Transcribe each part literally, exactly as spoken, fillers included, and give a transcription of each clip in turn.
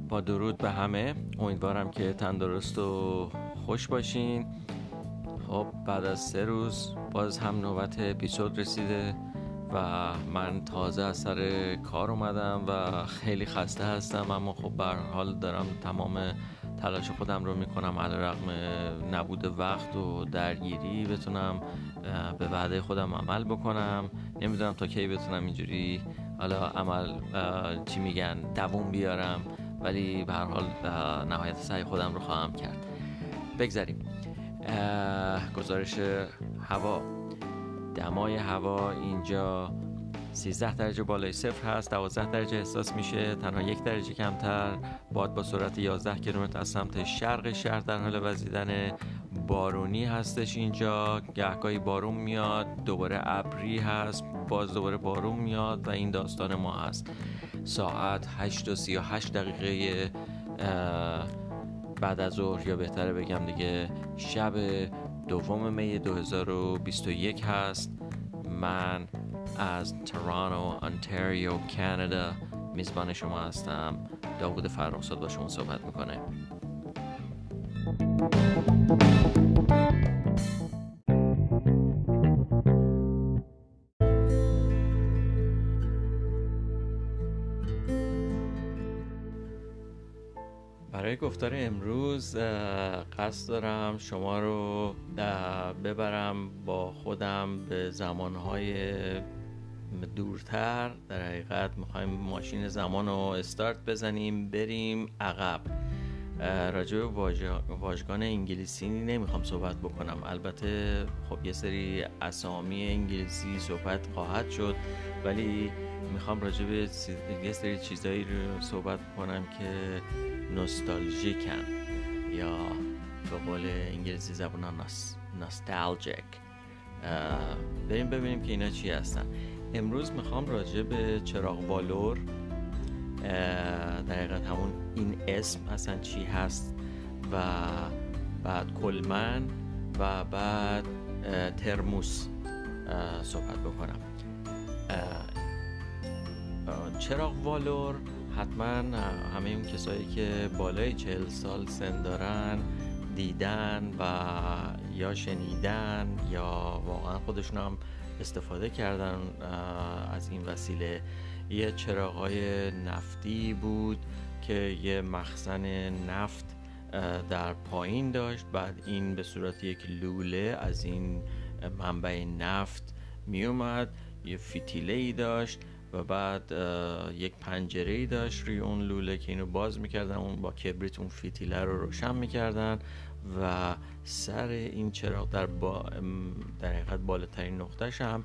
با درود به همه، امیدوارم که تندرست و خوش باشین. خب بعد از سه روز باز هم نوبت اپیزود رسیده و من تازه از سر کار اومدم و خیلی خسته هستم، اما خب به هر حال دارم تمام تلاش خودم رو میکنم علیرغم نبود وقت و درگیری بتونم به وعده خودم عمل بکنم. نمیدونم تا کی بتونم اینجوری حالا عمل چی میگن دووم بیارم، ولی به هر حال نهایت سعی خودم رو خواهم کرد. بگذاریم. گزارش هوا. دمای هوا اینجا سیزده درجه بالای صفر هست، دوازده درجه احساس میشه، تنها یک درجه کمتر. باد با سرعت یازده کیلومتر از سمت شرق شهر در حال وزیدن. بارونی هستش اینجا، گهگاهی بارون میاد، دوباره ابری هست، باز دوباره بارون میاد و این داستان ما هست. ساعت هشت و سی و هشت دقیقه بعد از ظهر، یا بهتره بگم دیگه شب دوم می دو هزار و بیست و یک هست. من از تورنتو، انتاریو، کانادا میزبان شما هستم. داوود فرخزاد با شما صحبت میکنه. برای گفتار امروز قصد دارم شما رو ببرم با خودم به زمانهای دورتر. در حقیقت میخوایم ماشین زمان رو استارت بزنیم بریم عقب. راجع به واژگان انگلیسی نمیخوام صحبت بکنم، البته خب یه سری اسامی انگلیسی صحبت خواهد شد، ولی میخوام راجع به یه سری چیزایی رو صحبت بکنم که نوستالژیکن، یا به قول انگلیسی زبانان نوستالژیک. بریم ببینیم که اینا چی هستن. امروز میخوام راجع به چراغ والور، در حقیقت همون این اسم اصلا چی هست، و بعد کلمن و بعد ترموس صحبت بکنم. چراغ والور حتما همه اون کسایی که بالای چهل سال سن دارن دیدن و یا شنیدن یا واقعا خودشون هم استفاده کردن از این وسیله. یه چراغ‌های نفتی بود که یه مخزن نفت در پایین داشت، بعد این به صورت یک لوله از این منبع نفت می اومد، یه فتیله‌ای داشت و بعد یک پنجره‌ای داشت روی اون لوله که اینو باز می‌کردن، اون با کبریت اون فتیله رو روشن می‌کردن و سر این چراغ در با در حقیقت بالاترین نقطه‌ش هم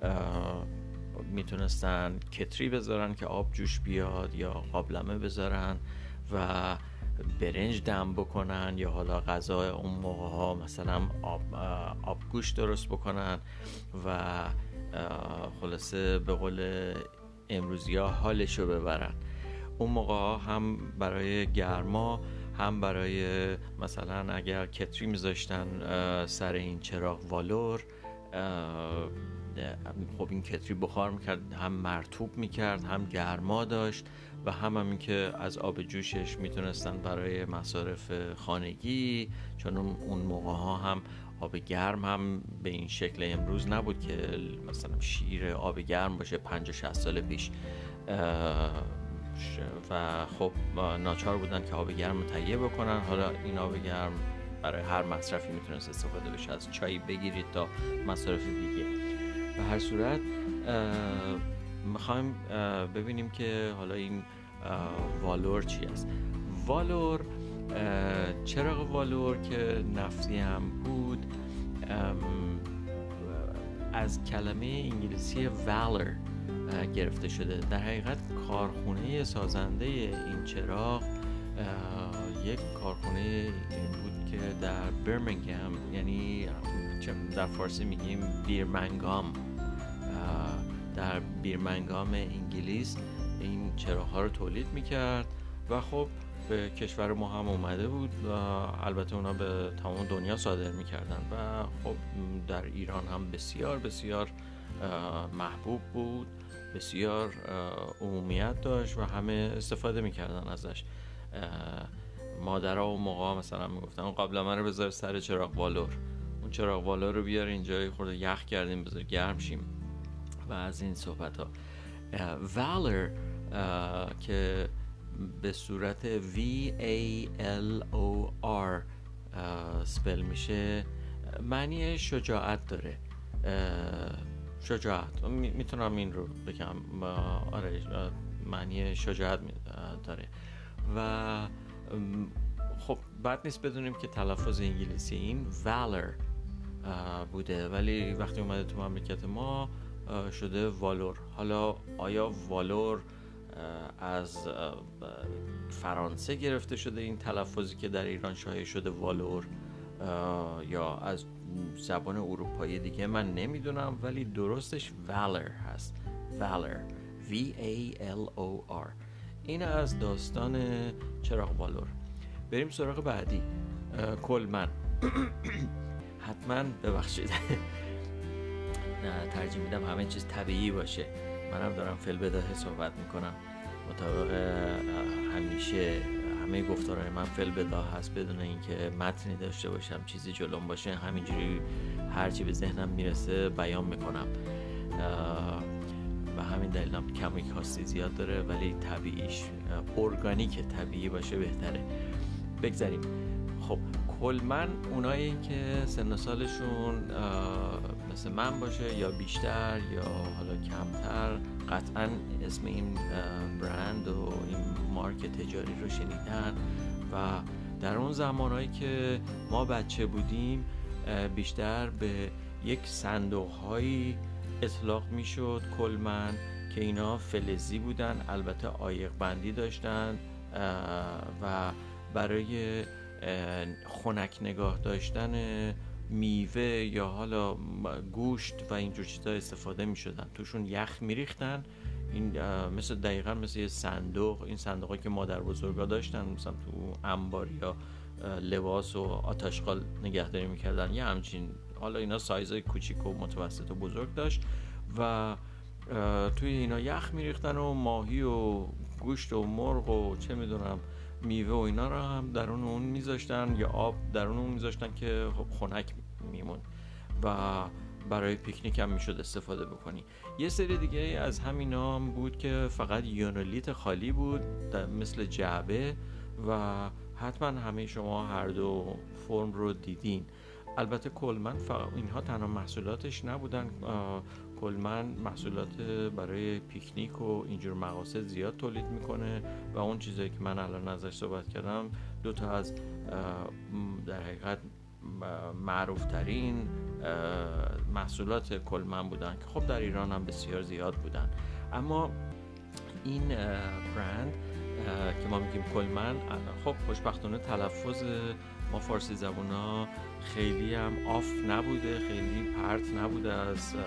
میتونستن کتری بذارن که آب جوش بیاد، یا قابلمه بذارن و برنج دم بکنن، یا حالا غذا اون موقع ها مثلا آب آبگوش درست بکنن و خلاصه به قول امروزی ها حالشو ببرن. اون موقع ها هم برای گرما هم برای مثلا اگر کتری میذاشتن سر این چراغ والور، خب این کتری بخار میکرد، هم مرطوب میکرد، هم گرما داشت و هم همین که از آب جوشش میتونستن برای مصارف خانگی، چون اون موقع ها هم آب گرم هم به این شکل امروز نبود که مثلا شیر آب گرم باشه پنجاه شصت سال پیش، و خب ناچار بودن که آب گرم رو تهیه بکنن. حالا این آب گرم برای هر مصرفی میتونست استفاده بشه، از چای بگیرید تا مصارف دیگه. به هر صورت میخوایم ببینیم که حالا این والور چی است. والور، چراغ والور که نفتی هم بود، از کلمه انگلیسی valor گرفته شده. در حقیقت کارخونه سازنده این چراغ یک کارخونه بود که در برمنگهم، یعنی در فارسی میگیم بیرمنگام، در بیرمنگام انگلیس این چراغ‌ها رو تولید میکرد و خب به کشور ما هم اومده بود و البته اونا به تمام دنیا صادر میکردن و خب در ایران هم بسیار بسیار محبوب بود، بسیار عمومیت داشت و همه استفاده میکردن ازش. مادرها و موقع مثلا میگفتن قابلمه رو بذار سر چراغ والور، اون چراغ والور رو بیار اینجا خورده یخ کردیم بذار گرم شیم و از این صحبت ها. valor که به صورت V A L O R سپل میشه، معنی شجاعت داره. شجاعت میتونم این رو بگم، آره معنی شجاعت داره و خب بد نیست بدونیم که تلفظ انگلیسی این valor بوده، ولی وقتی اومده تو مملکت ما شده والور. حالا آیا والور از فرانسه گرفته شده این تلفظی که در ایران شایع شده والور، یا از زبان اروپایی دیگه من نمیدونم، ولی درستش valor هست. valor V A L O R. این از داستان چراغ والور. بریم سراغ بعدی. کلمن. حتما ببخشید نه ترجیح میدم همه چیز طبیعی باشه، منم دارم فعل بداهه صحبت میکنم مطابق همیشه همه گفتارهای من فعل بداهه هست بدون اینکه متنی داشته باشم چیزی جلوم باشه، همینجوری هرچی به ذهنم میرسه بیان میکنم و همین دلیلم کمی کاستی زیاد داره، ولی طبیعیش ارگانیک طبیعی باشه بهتره. بگذاریم. خب کلمن اونایی که سن و سالشون مثل من باشه یا بیشتر یا حالا کمتر، قطعا اسم این برند و این مارک تجاری رو شنیدن و در اون زمانهایی که ما بچه بودیم بیشتر به یک صندوق هایی اطلاق میشد کلمن که اینا فلزی بودن، البته عایق بندی داشتن و برای خنک نگاه داشتن میوه یا حالا گوشت و اینجور چیزا استفاده می شدن. توشون یخ می ریختن، این مثل دقیقا مثل یه صندوق، این صندوقی که مادر بزرگا داشتن مثلا تو انبار یا لباس و آتشغال نگهداری می کردن، یه همچین. حالا اینا سایزای کوچیک و متوسط و بزرگ داشت و توی اینا یخ می ریختن و ماهی و گوشت و مرغ و چه می دونم میوه و اینا رو هم درون اون میذاشتن یا آب درون اون میذاشتن که خب خنک میمون و برای پیکنیک هم میشد استفاده بکنی. یه سری دیگه از همینا هم بود که فقط یونولیت خالی بود مثل جعبه و حتما همه شما هر دو فرم رو دیدین. البته کلمن فقط اینها تنها محصولاتش نبودن، کلمن محصولات برای پیکنیک و اینجور مقاصد زیاد تولید میکنه و اون چیزایی که من الان ازش صحبت کردم دو تا از در حقیقت معروف ترین محصولات کلمن بودن که خب در ایران هم بسیار زیاد بودن. اما این برند که ما میگیم کلمن، خب خوشبختانه تلفظ ما فارسی زبونا خیلی هم آف نبوده، خیلی پرت نبوده از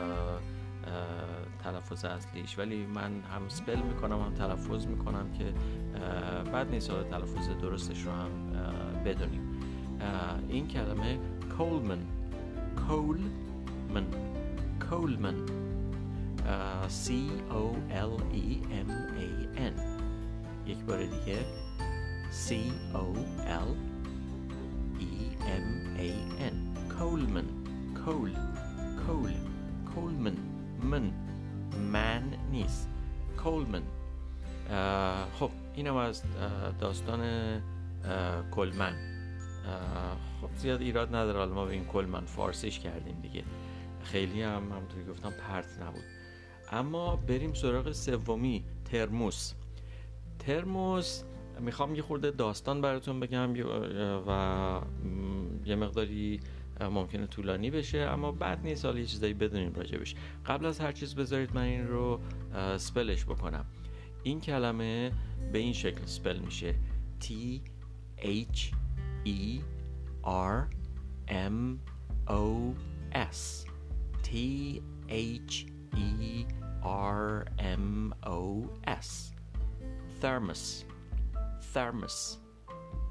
تلفظ اصلیش، ولی من هم سپل میکنم هم تلفظ میکنم که بد نیست تلفظ درستش رو هم بدونیم. این کلمه کولمن، کولمن کولمن C O L E M A N. یک بار دیگه C O L E M A N. کولمن، کول، کول، کولمن، من، من نیست، کولمن. خب اینم از داستان کلمن. خب زیاد ایراد نداره، حالا ما به این کلمن فارسیش کردیم دیگه، خیلی هم همونطوری گفتم پرت نبود. اما بریم سراغ سومی، ترموس. ترموس میخوام یه خورده داستان براتون بگم و یه مقداری ممکنه طولانی بشه، اما بد نیست حالا یه چیزایی بدونیم راجبش. قبل از هر چیز بذارید من این رو سپلش بکنم. این کلمه به این شکل سپل میشه T H E R M O S. T H E R M O S. Thermos. Thermos.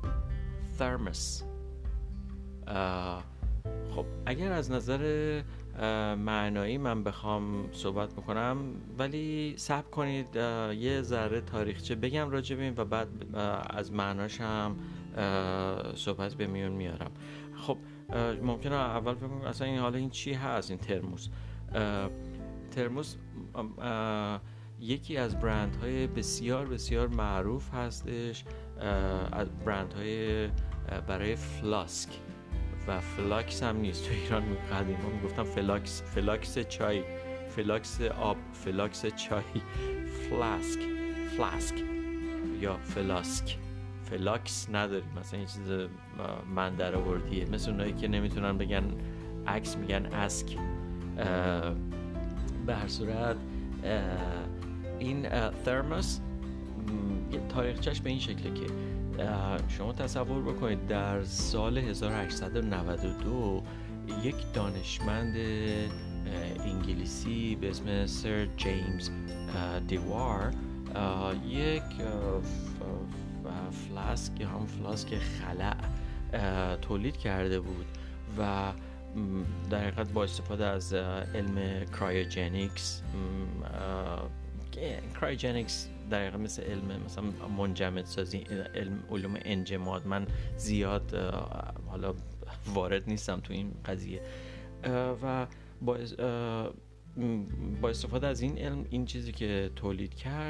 Thermos. خب اگر از نظر معنایی من بخوام صحبت بکنم، ولی صبر کنید یه ذره تاریخچه بگم راجع به این و بعد از معناش هم صحبت به میون میارم. خب ممکنه اول فکر کنم اصلا این حالا این چی هست این ترموس. ترموس یکی از برندهای بسیار بسیار معروف هستش، از برندهای برای فلاسک و فلاکس هم نیست. تو ایران قدیما میگفتم فلاکس، فلاکس چای، فلاکس آب، فلاکس چای، فلاسک، فلاسک یا فلاسک. فلاکس نداریم، مثلا یه چیز من در آوردیه، مثل اونایی که نمیتونن بگن عکس میگن اسک. به هر صورت این ترموس تاریخچش به این شکله که شما تصور بکنید در سال هزار و هشتصد و نود و دو یک دانشمند انگلیسی به اسم سر جیمز دیوار یک فلاسک یا هم فلاسک خلأ تولید کرده بود و در حقیقت با استفاده از علم کرایوجنیکس. کرایوجنیکس در حقیقت مثل علم مثلا منجمد سازی، علم علوم انجماد، من زیاد حالا وارد نیستم تو این قضیه، و با با استفاده از این علم این چیزی که تولید کرد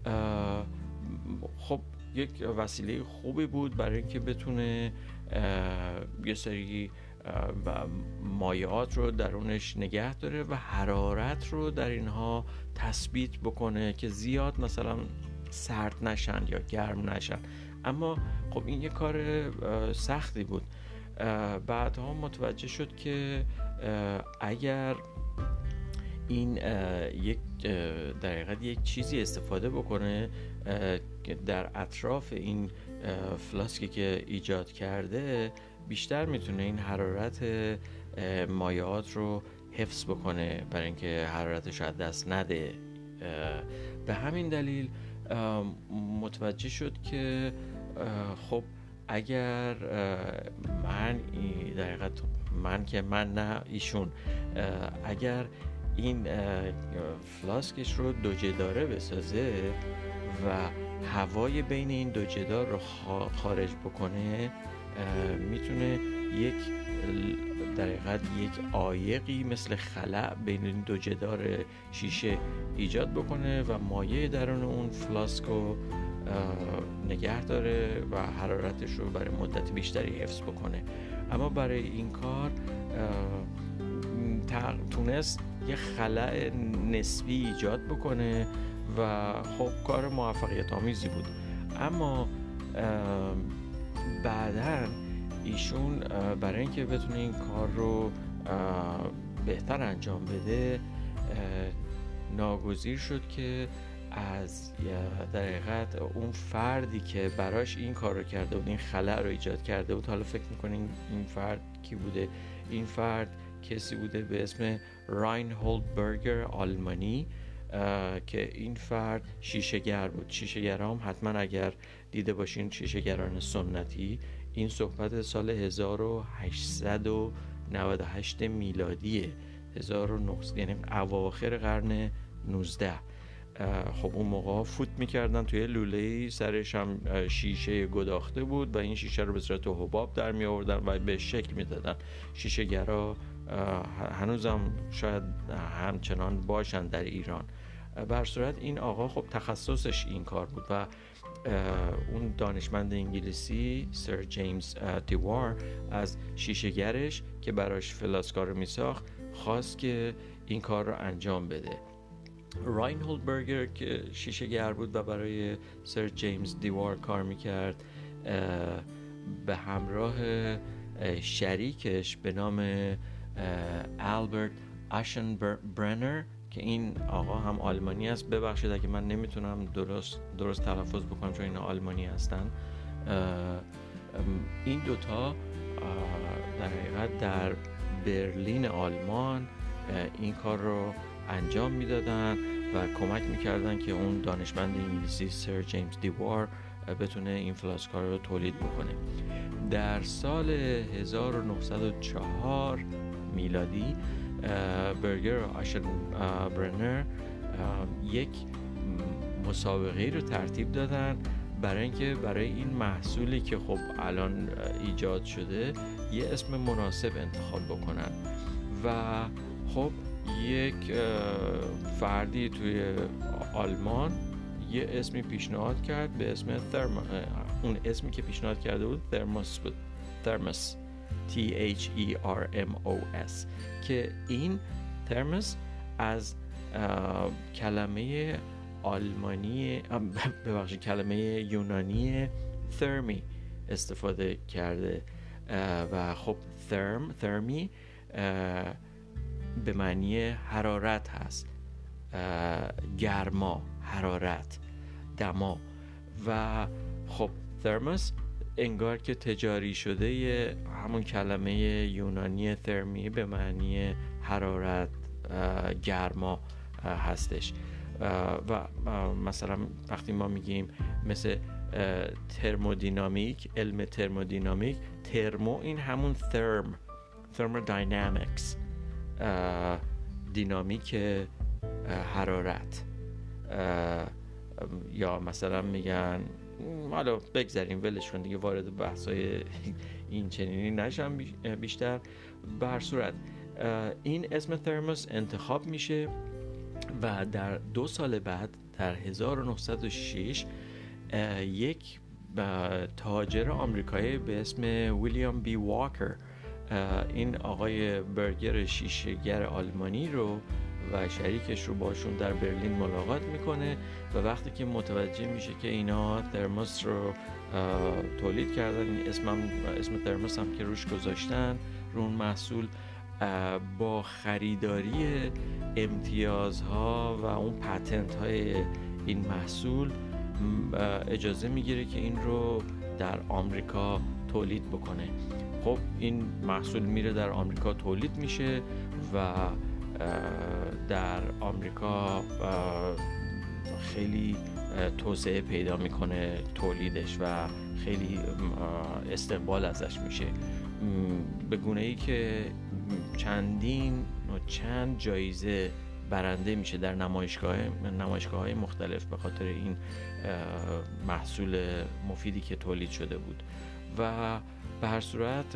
خب یک وسیله خوبی بود برای اینکه بتونه یه سری و مایعات رو درونش نگه داره و حرارت رو در اینها تثبیت بکنه که زیاد مثلا سرد نشن یا گرم نشن. اما خب این یه کار سختی بود. بعدها متوجه شد که اگر این یک در حقیقت یک چیزی استفاده بکنه در اطراف این فلاسکی که ایجاد کرده، بیشتر میتونه این حرارت مایعات رو حفظ بکنه برای اینکه حرارتش از دست نده. به همین دلیل متوجه شد که خب اگر من در حقیقت من که من نه ایشون اگر این فلاسکش رو دو جداره بسازه و هوای بین این دو جدار رو خارج بکنه، میتونه یک در حقیقت یک عایقی مثل خلأ بین این دو جدار شیشه ایجاد بکنه و مایع درون اون فلاسک رو نگه داره و حرارتش رو برای مدت بیشتری حفظ بکنه. اما برای این کار تونست یه خلأ نسبی ایجاد بکنه و خب کار موفقیت آمیزی بود. اما بعداً ایشون برای اینکه بتونه این کار رو بهتر انجام بده ناگزیر شد که از در حقیقت اون فردی که براش این کار رو کرده بود، این خلأ رو ایجاد کرده بود، حالا فکر میکنین این فرد کی بوده؟ این فرد کسی بوده به اسم راینهولد برگر آلمانی که این فرد شیشه‌گر بود. شیشه‌گرا هم حتما اگر دیده باشین شیشه‌گران سنتی، این صحبت سال هزار و هشتصد و نود و هشت میلادیه، هزار و نهصد یعنی اواخر قرن نوزده. خب اون موقع فوت میکردن توی لوله‌ای، سرش هم شیشه گداخته بود و این شیشه رو به صورت حباب در می آوردن و به شکل میدادن. شیشه گرا هنوزم شاید همچنان باشن در ایران. به هر صورت این آقا خب تخصصش این کار بود و اون دانشمند انگلیسی سر جیمز دیوار از شیشه‌گرش که براش فلاسکا رو میساخت خواست که این کار رو انجام بده. راینهولد برگر که شیشه‌گر بود و برای سر جیمز دیوار کار میکرد، به همراه شریکش به نام آلبرت آشنبرنر که این آقا هم آلمانی است، ببخشید اگه من نمیتونم درست درست تلفظ بکنم چون اینا آلمانی هستن. این دوتا در حقیقت در برلین آلمان این کار رو انجام میدادن و کمک میکردن که اون دانشمند انگلیسی سر جیمز دیوار بتونه این فلاسکا رو تولید بکنه. در سال هزار و نهصد و چهار میلادی برگر آشن برنر یک مسابقه رو ترتیب دادن برای اینکه برای این محصولی که خب الان ایجاد شده یه اسم مناسب انتخاب بکنن و خب یک فردی توی آلمان یه اسمی پیشنهاد کرد به اسم ترم اون اسمی که پیشنهاد کرده بود ترموس بود ترموس T H E R M O S که این ترموس از کلمه آلمانی ببخشید کلمه یونانی ترمی استفاده کرده و خب ترم ترمی به معنی حرارت هست، گرما، حرارت، دما و خب ترموس انگار که تجاری شده ی همون کلمه یونانی ترمی به معنی حرارت، گرما هستش و مثلا وقتی ما میگیم مثل ترمودینامیک، علم ترمودینامیک، ترمو این همون ترم ترمودینامیکس، دینامیک حرارت، یا مثلا میگن حالا بگذاریم ولش کن دیگه، وارد بحثای این چنینی نشم بیشتر. به هر صورت این اسم ترموس انتخاب میشه و در دو سال بعد در هزار و نهصد و شش یک تاجر آمریکایی به اسم ویلیام بی واکر این آقای برگر شیشه‌گر آلمانی رو و شریکش رو باشون در برلین ملاقات میکنه و وقتی که متوجه میشه که اینا ترموس رو تولید کردن، این اسم هم اسم ترموس هم که روش گذاشتن رو اون محصول، با خریداری امتیازها و اون پتنت های این محصول اجازه میگیره که این رو در آمریکا تولید بکنه. خب این محصول میره در آمریکا تولید میشه و در آمریکا خیلی توسعه پیدا میکنه تولیدش و خیلی استقبال ازش میشه، به گونه ای که چندین و چند جایزه برنده میشه در نمایشگاه نمایشگاه های مختلف به خاطر این محصول مفیدی که تولید شده بود. و به هر صورت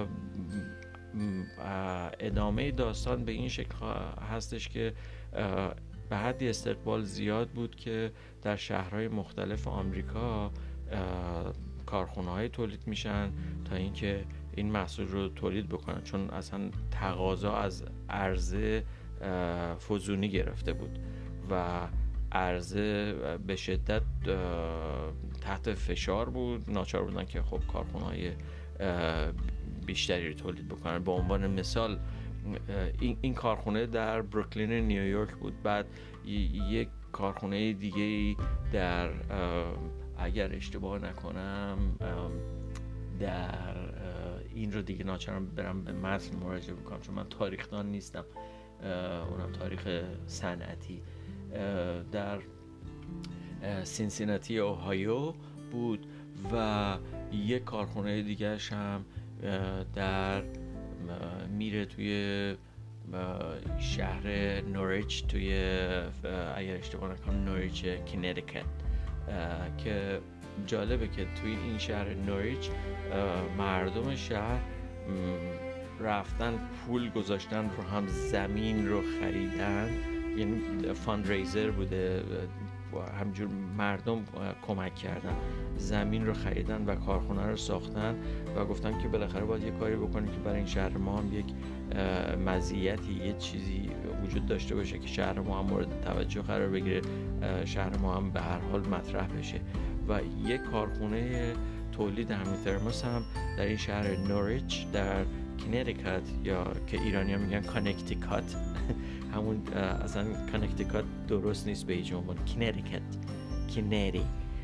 ادامه داستان به این شکل هستش که به حدی استقبال زیاد بود که در شهرهای مختلف آمریکا کارخونه‌های تولید میشن تا اینکه این محصول رو تولید بکنن، چون اصلا تقاضا از عرضه فزونی گرفته بود و عرضه به شدت تحت فشار بود، ناچار بودن که خب کارخونه‌های بیشتری رو تولید بکنن. به عنوان مثال این, این کارخونه در بروکلین نیویورک بود، بعد یک کارخونه دیگه در اگر اشتباه نکنم در این رو دیگه ناچارم برم به متن مراجعه بکنم چون من تاریخدان نیستم، اونم تاریخ صنعتی، در سینسیناتی اوهایو بود و یک کارخونه دیگرش هم در میره توی شهر نوریچ، توی اگر اشتباه نکنم نوریچ کنیتیکت، که جالبه که توی این شهر نوریچ مردم شهر رفتن پول گذاشتن رو هم، زمین رو خریدن، یعنی فاندریزر بوده، همجور مردم کمک کردن، زمین رو خریدن و کارخونه رو ساختن و گفتن که بالاخره باید یه کاری بکنیم که برای این شهر ما هم یک مزیتی، یه چیزی وجود داشته باشه که شهر ما هم مورد توجه قرار بگیره، شهر ما هم به هر حال مطرح بشه. و یک کارخونه تولید همین ترموس هم در این شهر نوریچ در کنیتیکت، یا که ایرانی ها میگن کانکتیکات، همون اصلا کانکتیکات درست نیست به هیچ عنوان، کنیتیکت، کنیتی،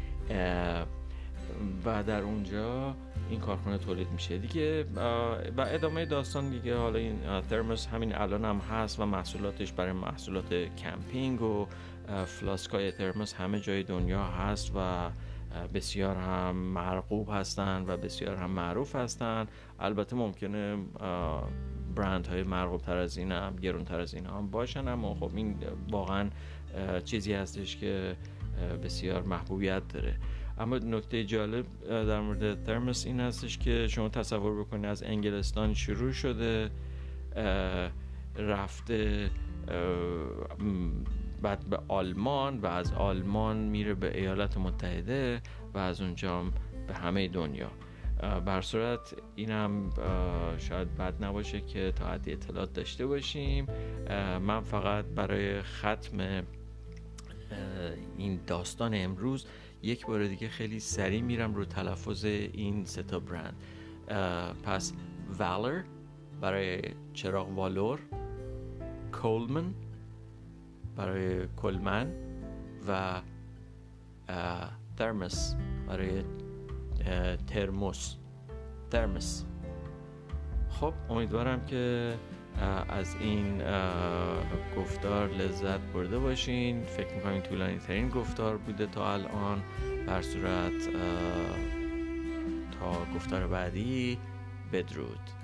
و در اونجا این کارخونه تولید میشه دیگه. و ادامه داستان دیگه، حالا این ترموس همین الان هم هست و محصولاتش برای محصولات کمپینگ و فلاسکای ترموس همه جای دنیا هست و بسیار هم مرغوب هستن و بسیار هم معروف هستن. البته ممکنه برند های مرغوب تر از این هم گرون تر از این هم باشن، اما خب این واقعا چیزی هستش که بسیار محبوبیت داره. اما نکته جالب در مورد ترمس این هستش که شما تصور بکنید از انگلستان شروع شده، رفته بعد به آلمان و از آلمان میره به ایالات متحده و از اونجا به همه دنیا. بر صورت این هم شاید بد نباشه که تا حدی اطلاعات داشته باشیم. من فقط برای ختم این داستان امروز یک بار دیگه خیلی سریع میرم رو تلفظ این سه تا برند. پس والر برای چراغ والور، کولمن برای کلمن و ترمس برای ترموس ترمس. خب امیدوارم که از این گفتار لذت برده باشین. فکر میکنم این طولانی ترین گفتار بوده تا الان. بر صورت تا گفتار بعدی، بدرود.